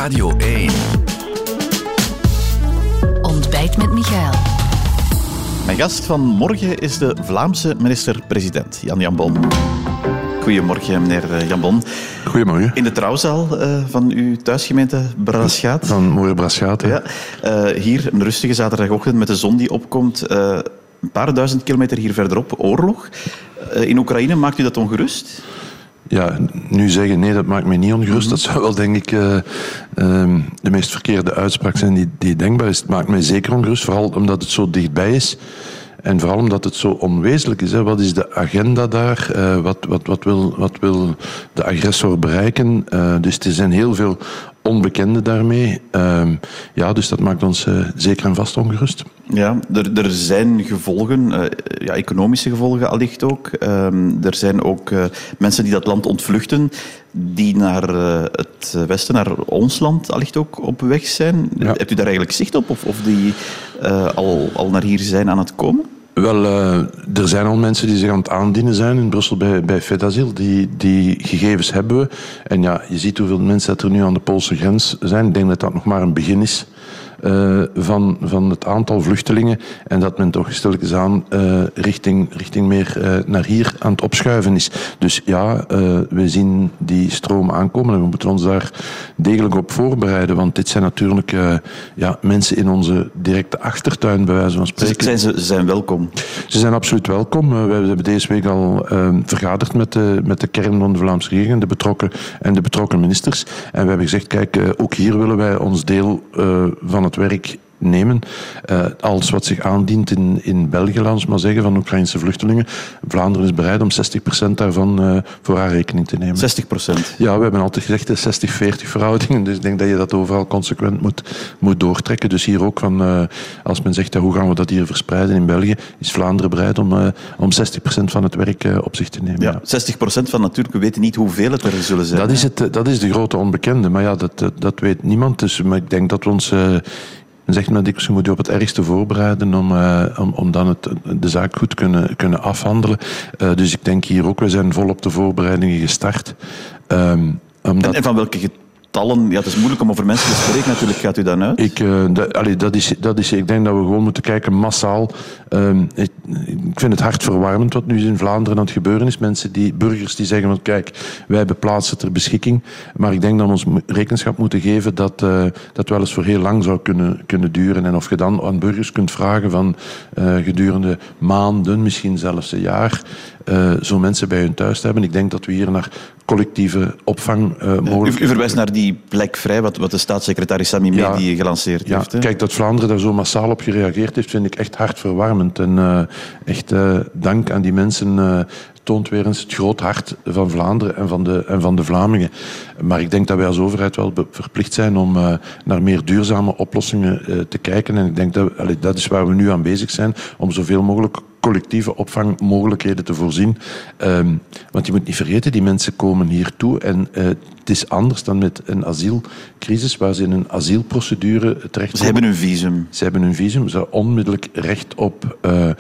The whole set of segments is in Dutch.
Radio 1. Ontbijt met Michael. Mijn gast van morgen is de Vlaamse minister-president, Jan Jambon. Goedemorgen, meneer Jambon. Goedemorgen. In de trouwzaal van uw thuisgemeente Braschaat. Van mooie Braschaat, ja. Hier een rustige zaterdagochtend met de zon die opkomt. Een paar duizend kilometer hier verderop, oorlog. In Oekraïne, maakt u dat ongerust? Ja, nu zeggen nee, dat maakt mij niet ongerust. Dat zou wel, denk ik, de meest verkeerde uitspraak zijn die denkbaar is. Het maakt mij zeker ongerust, vooral omdat het zo dichtbij is. En vooral omdat het zo onwezenlijk is. Hè. Wat is de agenda daar? Wat wil de agressor bereiken? Dus er zijn heel veel onbekenden daarmee. Dus dat maakt ons zeker en vast ongerust. Ja, er zijn gevolgen, economische gevolgen allicht ook. Er zijn ook mensen die dat land ontvluchten, die naar het westen, naar ons land allicht ook op weg zijn. Ja. Hebt u daar eigenlijk zicht op? Of die al naar hier zijn aan het komen? Wel, er zijn al mensen die zich aan het aandienen zijn in Brussel bij FedAsyl. Die gegevens hebben we. En ja, je ziet hoeveel mensen dat er nu aan de Poolse grens zijn. Ik denk dat dat nog maar een begin is van het aantal vluchtelingen. En dat men toch stilletjes aan richting meer naar hier aan het opschuiven is. Dus ja, we zien die stroom aankomen en we moeten ons daar degelijk op voorbereiden. Want dit zijn natuurlijk mensen in onze directe achtertuin, bij wijze van spreken. Dus ze zijn welkom? Ze zijn absoluut welkom. We hebben deze week al vergaderd met de kern van de Vlaamse regering en de betrokken ministers. En we hebben gezegd, kijk, ook hier willen wij ons deel van het werk nemen. Alles wat zich aandient in België, laten we maar zeggen, van Oekraïnse vluchtelingen. Vlaanderen is bereid om 60% daarvan voor haar rekening te nemen. 60%? Ja, we hebben altijd gezegd 60-40 verhoudingen. Dus ik denk dat je dat overal consequent moet doortrekken. Dus hier ook van, als men zegt, hoe gaan we dat hier verspreiden in België, is Vlaanderen bereid om 60% van het werk op zich te nemen. Ja, 60% van natuurlijk, we weten niet hoeveel het er zullen zijn. Dat is de grote onbekende. Maar ja, dat weet niemand. Dus, maar ik denk dat we ons... Men zegt men dikwijls, je moet je op het ergste voorbereiden om dan de zaak goed kunnen afhandelen. Dus ik denk hier ook, we zijn volop de voorbereidingen gestart. En van welke getallen? Ja, het is moeilijk om over mensen te spreken, natuurlijk. Gaat u dan uit? Ik denk dat we gewoon moeten kijken massaal. Ik vind het hartverwarmend wat nu in Vlaanderen aan het gebeuren is. Burgers die zeggen van kijk, wij hebben plaatsen ter beschikking. Maar ik denk dat we ons rekenschap moeten geven dat wel eens voor heel lang zou kunnen duren. En of je dan aan burgers kunt vragen van gedurende maanden, misschien zelfs een jaar, zo mensen bij hun thuis te hebben. Ik denk dat we hier naar collectieve opvang mogelijk... U verwijst naar die plek vrij, wat de staatssecretaris Sami Medi gelanceerd heeft. Hè? Kijk, dat Vlaanderen daar zo massaal op gereageerd heeft, vind ik echt hartverwarmend. En echt dank aan die mensen... toont weer eens het groot hart van Vlaanderen en van de Vlamingen. Maar ik denk dat wij als overheid wel verplicht zijn om naar meer duurzame oplossingen te kijken. En ik denk dat is waar we nu aan bezig zijn, om zoveel mogelijk collectieve opvangmogelijkheden te voorzien. Want je moet niet vergeten, die mensen komen hier toe en het is anders dan met een asielcrisis, waar ze in een asielprocedure terechtkomen. Ze hebben een visum. Ze hebben een visum. Ze hebben onmiddellijk recht op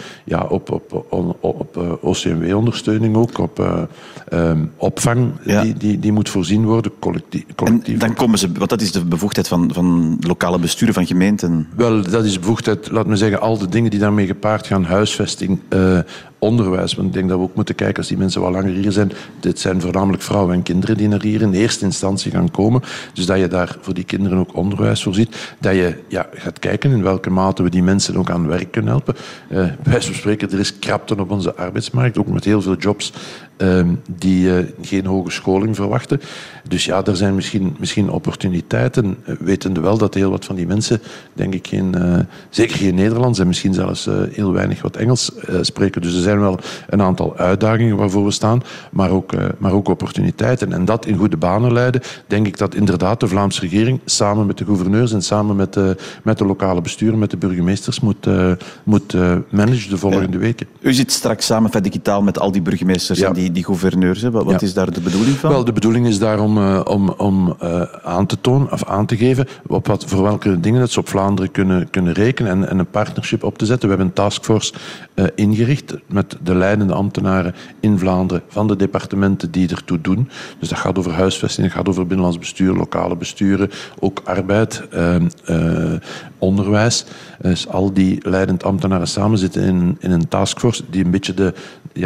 OCMW-ondersteuning ook, op opvang die moet voorzien worden, collectief. En dan komen ze, want dat is de bevoegdheid van lokale besturen, van gemeenten. Wel, dat is de bevoegdheid, laat me zeggen, al de dingen die daarmee gepaard gaan, huisvesting, onderwijs. Want ik denk dat we ook moeten kijken, als die mensen wat langer hier zijn, dit zijn voornamelijk vrouwen en kinderen die naar hier in eerste instantie gaan komen. Dus dat je daar voor die kinderen ook onderwijs voorziet. Dat je gaat kijken in welke mate we die mensen ook aan werk kunnen helpen. Bij wijze van spreken, er is krapte op onze arbeidsmarkt, ook met heel veel jobs die geen hoge scholing verwachten. Dus ja, er zijn misschien opportuniteiten, wetende wel dat heel wat van die mensen, denk ik, zeker geen Nederlands en misschien zelfs heel weinig wat Engels spreken. Dus er zijn wel een aantal uitdagingen waarvoor we staan, maar ook opportuniteiten. En dat in goede banen leiden, denk ik dat inderdaad de Vlaamse regering samen met de gouverneurs en samen met de lokale besturen, met de burgemeesters moet managen de volgende weken. U zit straks samen digitaal met al die burgemeesters en die gouverneurs. Hè? Wat is daar de bedoeling van? Wel, de bedoeling is daar om aan te tonen of aan te geven voor welke dingen het ze op Vlaanderen kunnen rekenen en een partnership op te zetten. We hebben een taskforce ingericht met de leidende ambtenaren in Vlaanderen van de departementen die ertoe doen. Dus dat gaat over huisvesting, dat gaat over binnenlands bestuur, lokale besturen, ook arbeid, onderwijs. Dus al die leidend ambtenaren samen zitten in een taskforce die een beetje de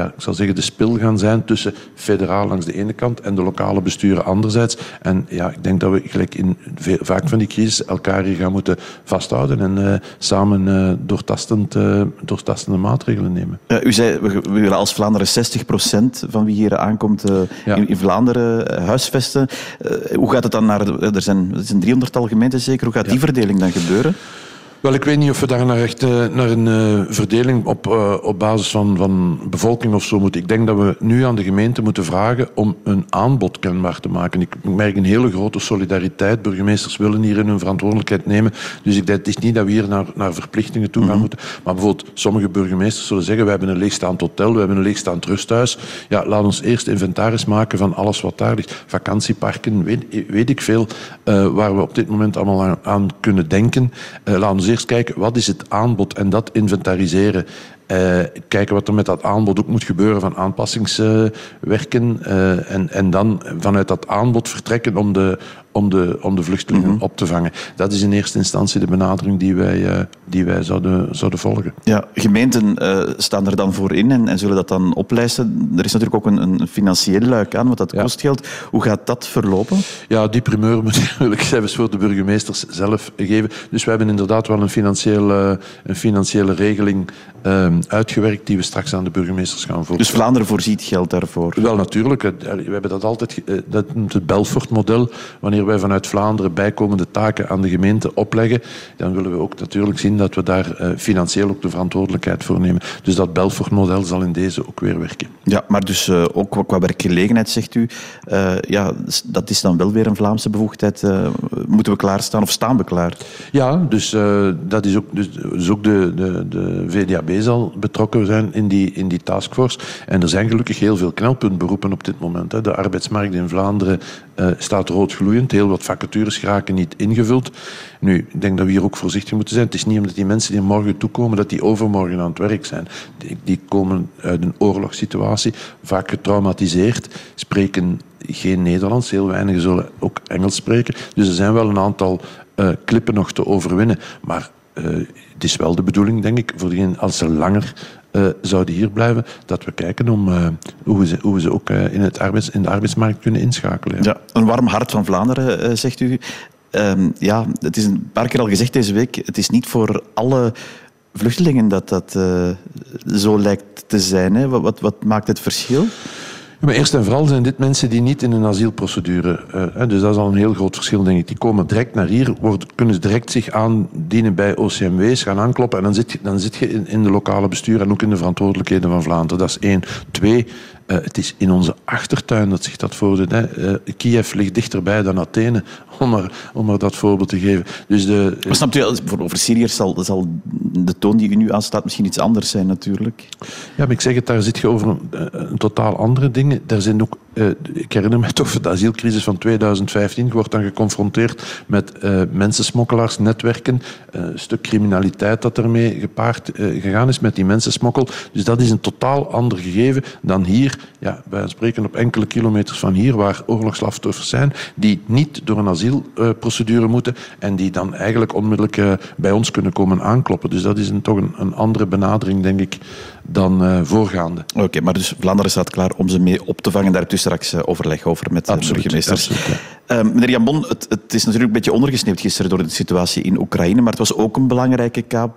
spil gaan zijn tussen federaal langs de ene kant en de lokale besturen anderzijds. En ja, ik denk dat we gelijk in vaak van die crisis elkaar hier gaan moeten vasthouden en samen doortastende maatregelen nemen. U zei, we willen als Vlaanderen 60% van wie hier aankomt in Vlaanderen huisvesten. Hoe gaat het dan er zijn 300-tal gemeenten zeker, hoe gaat die verdeling dan gebeuren? Wel, ik weet niet of we daar naar een verdeling op basis van bevolking of zo moeten. Ik denk dat we nu aan de gemeente moeten vragen om een aanbod kenbaar te maken. Ik merk een hele grote solidariteit. Burgemeesters willen hierin hun verantwoordelijkheid nemen. Dus het is niet dat we hier naar verplichtingen toe gaan moeten. Maar bijvoorbeeld, sommige burgemeesters zullen zeggen, we hebben een leegstaand hotel, we hebben een leegstaand rusthuis. Ja, laat ons eerst inventaris maken van alles wat daar ligt. Vakantieparken, weet ik veel, waar we op dit moment allemaal aan kunnen denken. Laat ons eerst kijken, wat is het aanbod en dat inventariseren. Kijken wat er met dat aanbod ook moet gebeuren van aanpassingswerken. En dan vanuit dat aanbod vertrekken om de vluchtelingen op te vangen. Dat is in eerste instantie de benadering die wij zouden volgen. Ja, gemeenten staan er dan voor in en zullen dat dan oplijsten. Er is natuurlijk ook een financieel luik aan, want dat kost geld. Hoe gaat dat verlopen? Ja, die primeur moet natuurlijk zelfs voor de burgemeesters zelf geven. Dus we hebben inderdaad wel een financiële regeling uitgewerkt die we straks aan de burgemeesters gaan voorstellen. Dus Vlaanderen voorziet geld daarvoor? Wel, natuurlijk. We hebben dat altijd, dat noemt het Belfort-model. Wanneer wij vanuit Vlaanderen bijkomende taken aan de gemeente opleggen, dan willen we ook natuurlijk zien dat we daar financieel ook de verantwoordelijkheid voor nemen. Dus dat Belfort-model zal in deze ook weer werken. Ja, maar dus ook qua werkgelegenheid, zegt u, dat is dan wel weer een Vlaamse bevoegdheid. Moeten we klaarstaan of staan we klaar? Ja, dus dat is ook, dus ook de VDAB zal betrokken zijn in die taskforce. En er zijn gelukkig heel veel knelpuntberoepen op dit moment. Hè. De arbeidsmarkt in Vlaanderen staat roodgloeiend. Heel wat vacatures geraken niet ingevuld. Nu, ik denk dat we hier ook voorzichtig moeten zijn. Het is niet omdat die mensen die morgen toekomen, dat die overmorgen aan het werk zijn. Die komen uit een oorlogssituatie, vaak getraumatiseerd, spreken geen Nederlands. Heel weinigen zullen ook Engels spreken. Dus er zijn wel een aantal klippen nog te overwinnen. Maar het is wel de bedoeling, denk ik, voor diegenen, als ze langer zouden hier blijven, dat we kijken om hoe we ze ook in de arbeidsmarkt kunnen inschakelen. Ja. Ja, een warm hart van Vlaanderen, zegt u. Het is een paar keer al gezegd deze week, het is niet voor alle vluchtelingen dat zo lijkt te zijn. Hè? Wat maakt het verschil? Ja, maar eerst en vooral zijn dit mensen die niet in een asielprocedure... dus dat is al een heel groot verschil, denk ik. Die komen direct naar hier, kunnen direct zich aandienen bij OCMW's, gaan aankloppen en dan zit je in de lokale bestuur en ook in de verantwoordelijkheden van Vlaanderen. Dat is 1. 2... het is in onze achtertuin dat zich dat voordoet. Kiev ligt dichterbij dan Athene, om maar dat voorbeeld te geven. Dus maar snapt u, over Syriërs zal de toon die u nu aanstaat misschien iets anders zijn, natuurlijk. Ja, maar ik zeg het, daar zit je over een totaal andere dingen. Daar zijn ook, ik herinner me toch de asielcrisis van 2015. Je wordt dan geconfronteerd met mensensmokkelaars, netwerken, een stuk criminaliteit dat ermee gepaard gegaan is met die mensensmokkel. Dus dat is een totaal ander gegeven dan hier. Ja, wij spreken op enkele kilometers van hier, waar oorlogsslachtoffers zijn, die niet door een asielprocedure moeten en die dan eigenlijk onmiddellijk bij ons kunnen komen aankloppen. Dus dat is toch een andere benadering, denk ik, dan voorgaande. Oké, maar dus Vlaanderen staat klaar om ze mee op te vangen. Daar heeft u straks overleg over met de burgemeesters. Absoluut, ja. Meneer Jan Bon, het is natuurlijk een beetje ondergesneeuwd gisteren door de situatie in Oekraïne, maar het was ook een belangrijke kaap.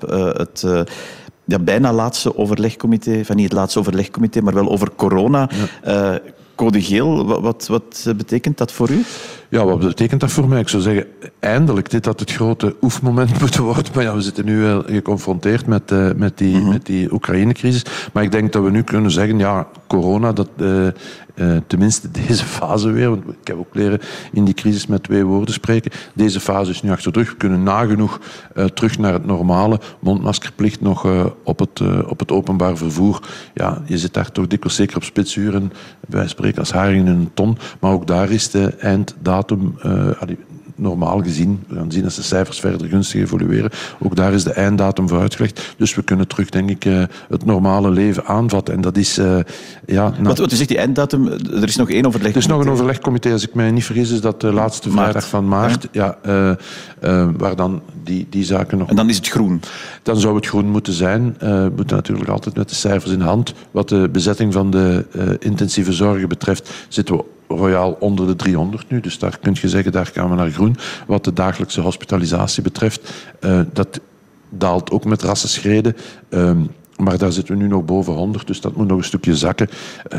Bijna laatste overlegcomité, niet het laatste overlegcomité, maar wel over corona. Ja. Code geel, wat betekent dat voor u? Ja, wat betekent dat voor mij? Ik zou zeggen, eindelijk, dit had het grote oefenmoment moeten worden. Maar ja, we zitten nu wel geconfronteerd met die Oekraïne-crisis. Maar ik denk dat we nu kunnen zeggen, ja, corona, dat tenminste deze fase weer, want ik heb ook leren in die crisis met 2 woorden spreken, deze fase is nu achter de rug. We kunnen nagenoeg terug naar het normale. Mondmaskerplicht nog op het openbaar vervoer. Ja, je zit daar toch dikwijls zeker op spitsuren, wij spreken als haringen in een ton. Maar ook daar is de einddatum, normaal gezien, we gaan zien als de cijfers verder gunstig evolueren, ook daar is de einddatum voor uitgelegd. Dus we kunnen terug, denk ik, het normale leven aanvatten. En dat is... Wat u zegt, die einddatum, er is nog 1 overlegcomité. Er is nog een overlegcomité, als ik mij niet vergis, is dat de laatste vrijdag van maart. Ja, waar dan die zaken nog... En dan is het groen? Dan zou het groen moeten zijn. We moeten natuurlijk altijd met de cijfers in de hand. Wat de bezetting van de intensieve zorgen betreft, zitten we royaal onder de 300 nu. Dus daar kun je zeggen, daar gaan we naar groen. Wat de dagelijkse hospitalisatie betreft, dat daalt ook met rassenschreden. Maar daar zitten we nu nog boven 100, dus dat moet nog een stukje zakken.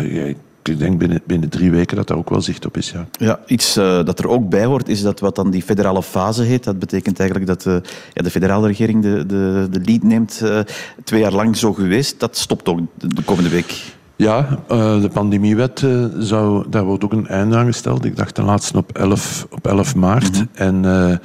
Ik denk binnen 3 weken dat daar ook wel zicht op is. Ja. Ja, iets dat er ook bij hoort, is dat wat dan die federale fase heet. Dat betekent eigenlijk dat de federale regering de lead neemt. 2 jaar lang zo geweest. Dat stopt ook de komende week. Ja, de pandemiewet, daar wordt ook een einde aan gesteld. Ik dacht ten laatste op 11 maart. Mm-hmm. En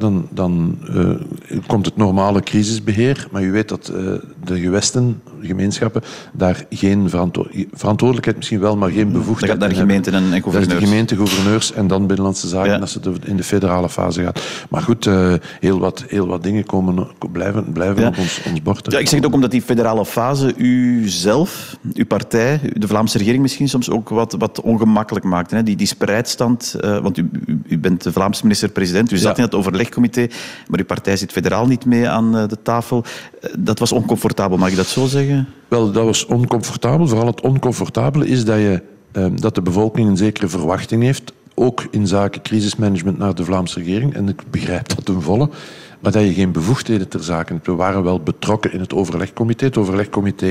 dan komt het normale crisisbeheer. Maar u weet dat de gewesten, gemeenschappen, daar geen verantwoordelijkheid misschien wel, maar geen bevoegdheid naar gemeenten en gouverneurs. Dat is de gemeente, gouverneurs en dan Binnenlandse Zaken, als het in de federale fase gaat. Maar goed, heel wat dingen blijven op ons bord. Ja, ik zeg het ook omdat die federale fase u zelf, uw partij, de Vlaamse regering misschien soms ook wat ongemakkelijk maakt. Hè? Die spreidstand, want u bent de Vlaamse minister-president, u zat in het overlegcomité, maar uw partij zit federaal niet mee aan de tafel. Dat was oncomfortabel, mag ik dat zo zeggen? Wel, dat was oncomfortabel. Vooral het oncomfortabele is dat de bevolking een zekere verwachting heeft, ook in zaken crisismanagement naar de Vlaamse regering, en ik begrijp dat ten volle, maar dat je geen bevoegdheden ter zake hebt. We waren wel betrokken in het overlegcomité. Het overlegcomité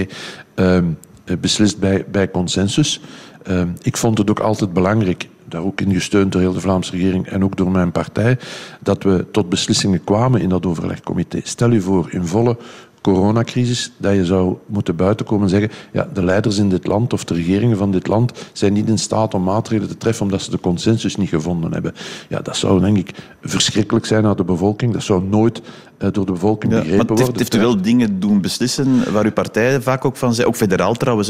beslist bij consensus. Ik vond het ook altijd belangrijk, daar ook in gesteund door heel de Vlaamse regering en ook door mijn partij, dat we tot beslissingen kwamen in dat overlegcomité. Stel je voor, in volle coronacrisis, dat je zou moeten buitenkomen en zeggen, ja, de leiders in dit land of de regeringen van dit land zijn niet in staat om maatregelen te treffen omdat ze de consensus niet gevonden hebben. Ja, dat zou denk ik verschrikkelijk zijn naar de bevolking. Dat zou nooit door de bevolking begrepen worden. Het heeft u wel dingen doen beslissen waar uw partij vaak ook van zei, ook federaal trouwens.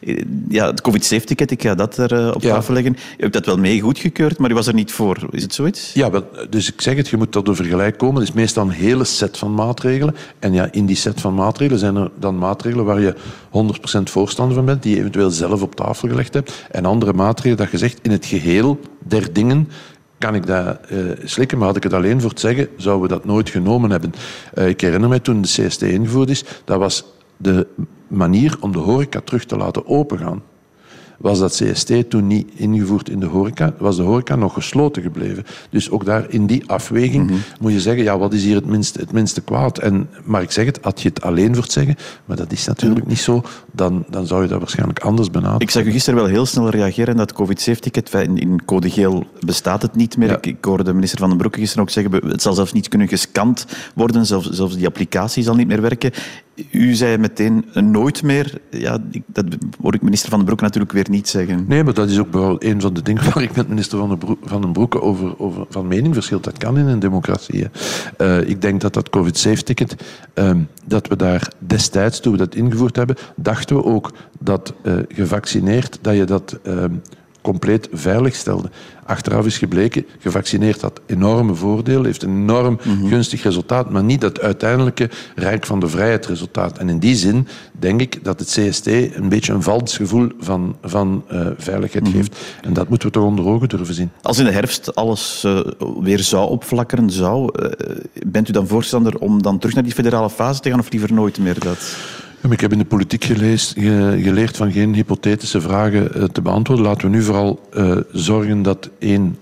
Het COVID-safe-ticket, ik ga dat er op tafel leggen. U hebt dat wel mee goedgekeurd, maar u was er niet voor. Is het zoiets? Ja, dus ik zeg het, je moet tot een vergelijk komen. Het is meestal een hele set van maatregelen. En ja, in die set van maatregelen zijn er dan maatregelen waar je 100% voorstander van bent, die je eventueel zelf op tafel gelegd hebt. En andere maatregelen dat je zegt, in het geheel der dingen kan ik dat slikken, maar had ik het alleen voor het zeggen, zouden we dat nooit genomen hebben. Ik herinner mij toen de CST ingevoerd is, dat was de manier om de horeca terug te laten opengaan. Was dat CST toen niet ingevoerd in de horeca, was de horeca nog gesloten gebleven. Dus ook daar in die afweging moet je zeggen, ja, wat is hier het minste kwaad? Maar ik zeg het, had je het alleen voor het zeggen, maar dat is natuurlijk niet zo, dan zou je dat waarschijnlijk anders benaderen. Ik zag u gisteren wel heel snel reageren dat COVID-safe-ticket, in code geel bestaat het niet meer. Ja. Ik hoorde de minister Van den Broeke gisteren ook zeggen, het zal zelfs niet kunnen gescand worden, zelfs die applicatie zal niet meer werken. U zei meteen nooit meer. Ja, dat hoor ik minister Van den Broeke natuurlijk weer niet zeggen. Nee, maar dat is ook wel een van de dingen waar ik met minister Van den Broeke over van mening verschil. Dat kan in een democratie. Ik denk dat COVID-safe-ticket, dat we daar destijds, toen we dat ingevoerd hebben, dachten we ook dat gevaccineerd, dat je dat compleet veilig stelde. Achteraf is gebleken, gevaccineerd had enorme voordelen, heeft een enorm gunstig resultaat, maar niet dat uiteindelijke rijk van de vrijheid resultaat. En in die zin denk ik dat het CST een beetje een vals gevoel van veiligheid geeft. En dat moeten we toch onder ogen durven zien. Als in de herfst alles weer zou opflakkeren, bent u dan voorstander om dan terug naar die federale fase te gaan of liever nooit meer dat? Ik heb in de politiek geleerd van geen hypothetische vragen te beantwoorden. Laten we nu vooral zorgen dat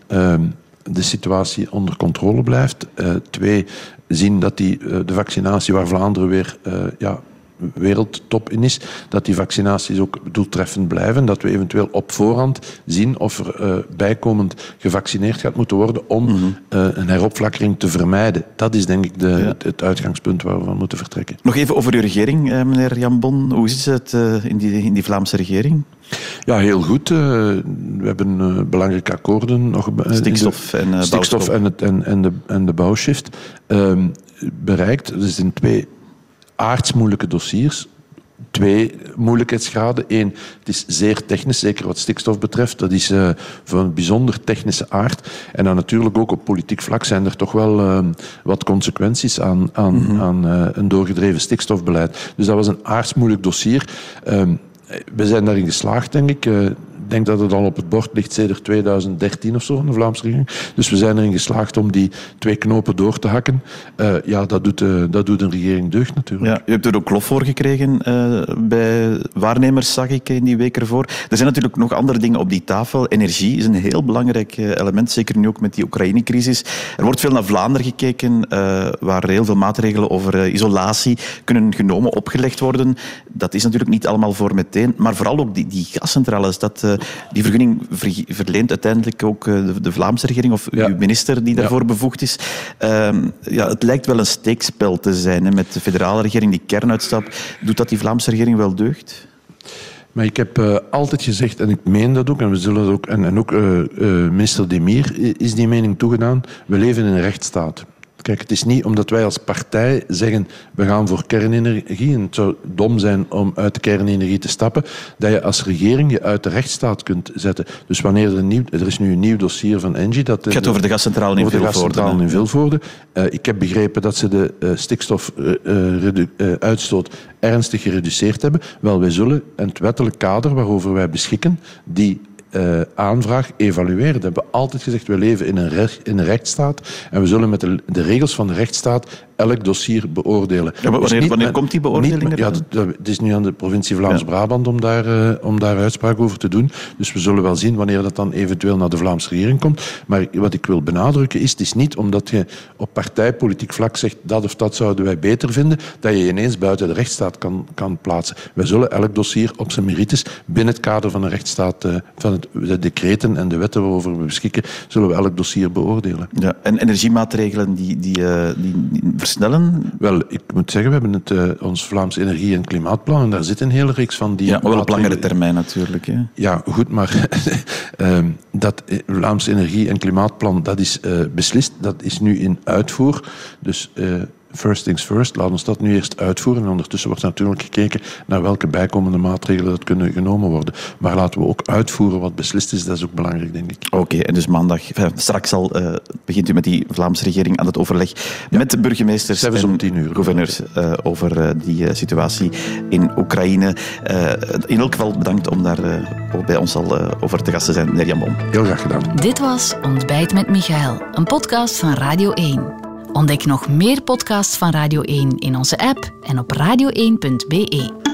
de situatie onder controle blijft. 2, zien dat de vaccinatie waar Vlaanderen weer wereldtop in is, dat die vaccinaties ook doeltreffend blijven, dat we eventueel op voorhand zien of er bijkomend gevaccineerd gaat moeten worden om een heropflakkering te vermijden. Dat is denk ik het uitgangspunt waar we van moeten vertrekken. Nog even over uw regering, meneer Jan Bon. Hoe is het in die Vlaamse regering? Ja, heel goed. We hebben belangrijke akkoorden nog stikstof en de bouwshift bereikt. Dat is in 2 aardsmoeilijke dossiers. 2 moeilijkheidsgraden. 1, het is zeer technisch, zeker wat stikstof betreft. Dat is van een bijzonder technische aard. En dan natuurlijk ook op politiek vlak zijn er toch wel wat consequenties aan een doorgedreven stikstofbeleid. Dus dat was een aardsmoeilijk dossier. We zijn daarin geslaagd, denk ik. Ik denk dat het al op het bord ligt sinds 2013 of zo van de Vlaamse regering. Dus we zijn erin geslaagd om die 2 knopen door te hakken. Dat doet een regering deugd natuurlijk. Ja, u hebt er ook lof voor gekregen bij waarnemers, zag ik in die week ervoor. Er zijn natuurlijk nog andere dingen op die tafel. Energie is een heel belangrijk element, zeker nu ook met die Oekraïne-crisis. Er wordt veel naar Vlaanderen gekeken, waar heel veel maatregelen over isolatie kunnen genomen, opgelegd worden. Dat is natuurlijk niet allemaal voor meteen, maar vooral ook die gascentrales, die vergunning verleent uiteindelijk ook de Vlaamse regering of uw minister die daarvoor bevoegd is. Het lijkt wel een steekspel te zijn met de federale regering die kernuitstap. Doet dat die Vlaamse regering wel deugd? Maar ik heb altijd gezegd, en ik meen dat ook, en we zullen dat ook, en ook minister Demir is die mening toegedaan, we leven in een rechtsstaat. Kijk, het is niet omdat wij als partij zeggen we gaan voor kernenergie, en het zou dom zijn om uit de kernenergie te stappen, dat je als regering je uit de rechtsstaat kunt zetten. Dus wanneer er is nu een nieuw dossier van Engie... Het gaat over de gascentrale in Vilvoorde. Ik heb begrepen dat ze de stikstofuitstoot ernstig gereduceerd hebben. Wel, wij zullen het wettelijk kader waarover wij beschikken, die aanvraag evalueren. Dat hebben we altijd gezegd, we leven in een rechtsstaat en we zullen met de regels van de rechtsstaat elk dossier beoordelen. Ja, maar wanneer komt die beoordeling? Het is nu aan de provincie Vlaams-Brabant om daar uitspraak over te doen. Dus we zullen wel zien wanneer dat dan eventueel naar de Vlaamse regering komt. Maar wat ik wil benadrukken is, het is niet omdat je op partijpolitiek vlak zegt dat of dat zouden wij beter vinden, dat je ineens buiten de rechtsstaat kan plaatsen. Wij zullen elk dossier op zijn merites binnen het kader van een rechtsstaat, van de decreten en de wetten waarover we beschikken, zullen we elk dossier beoordelen. Ja, en energiemaatregelen die versnellen? Wel, ik moet zeggen, we hebben ons Vlaams Energie- en Klimaatplan en daar zit een hele reeks van die... Ja, wel op langere termijn natuurlijk. Hè? Ja, goed, maar dat Vlaams Energie- en Klimaatplan, dat is beslist, dat is nu in uitvoer. Dus... First things first, laten we dat nu eerst uitvoeren. En ondertussen wordt natuurlijk gekeken naar welke bijkomende maatregelen dat kunnen genomen worden. Maar laten we ook uitvoeren wat beslist is, dat is ook belangrijk, denk ik. Oké, en dus straks begint u met die Vlaamse regering aan het overleg met de burgemeesters en gouverneurs over die situatie in Oekraïne. In elk geval bedankt om daar bij ons al over te gast te zijn, meneer Jan Bon. Heel graag gedaan. Dit was Ontbijt met Michaël, een podcast van Radio 1. Ontdek nog meer podcasts van Radio 1 in onze app en op radio1.be.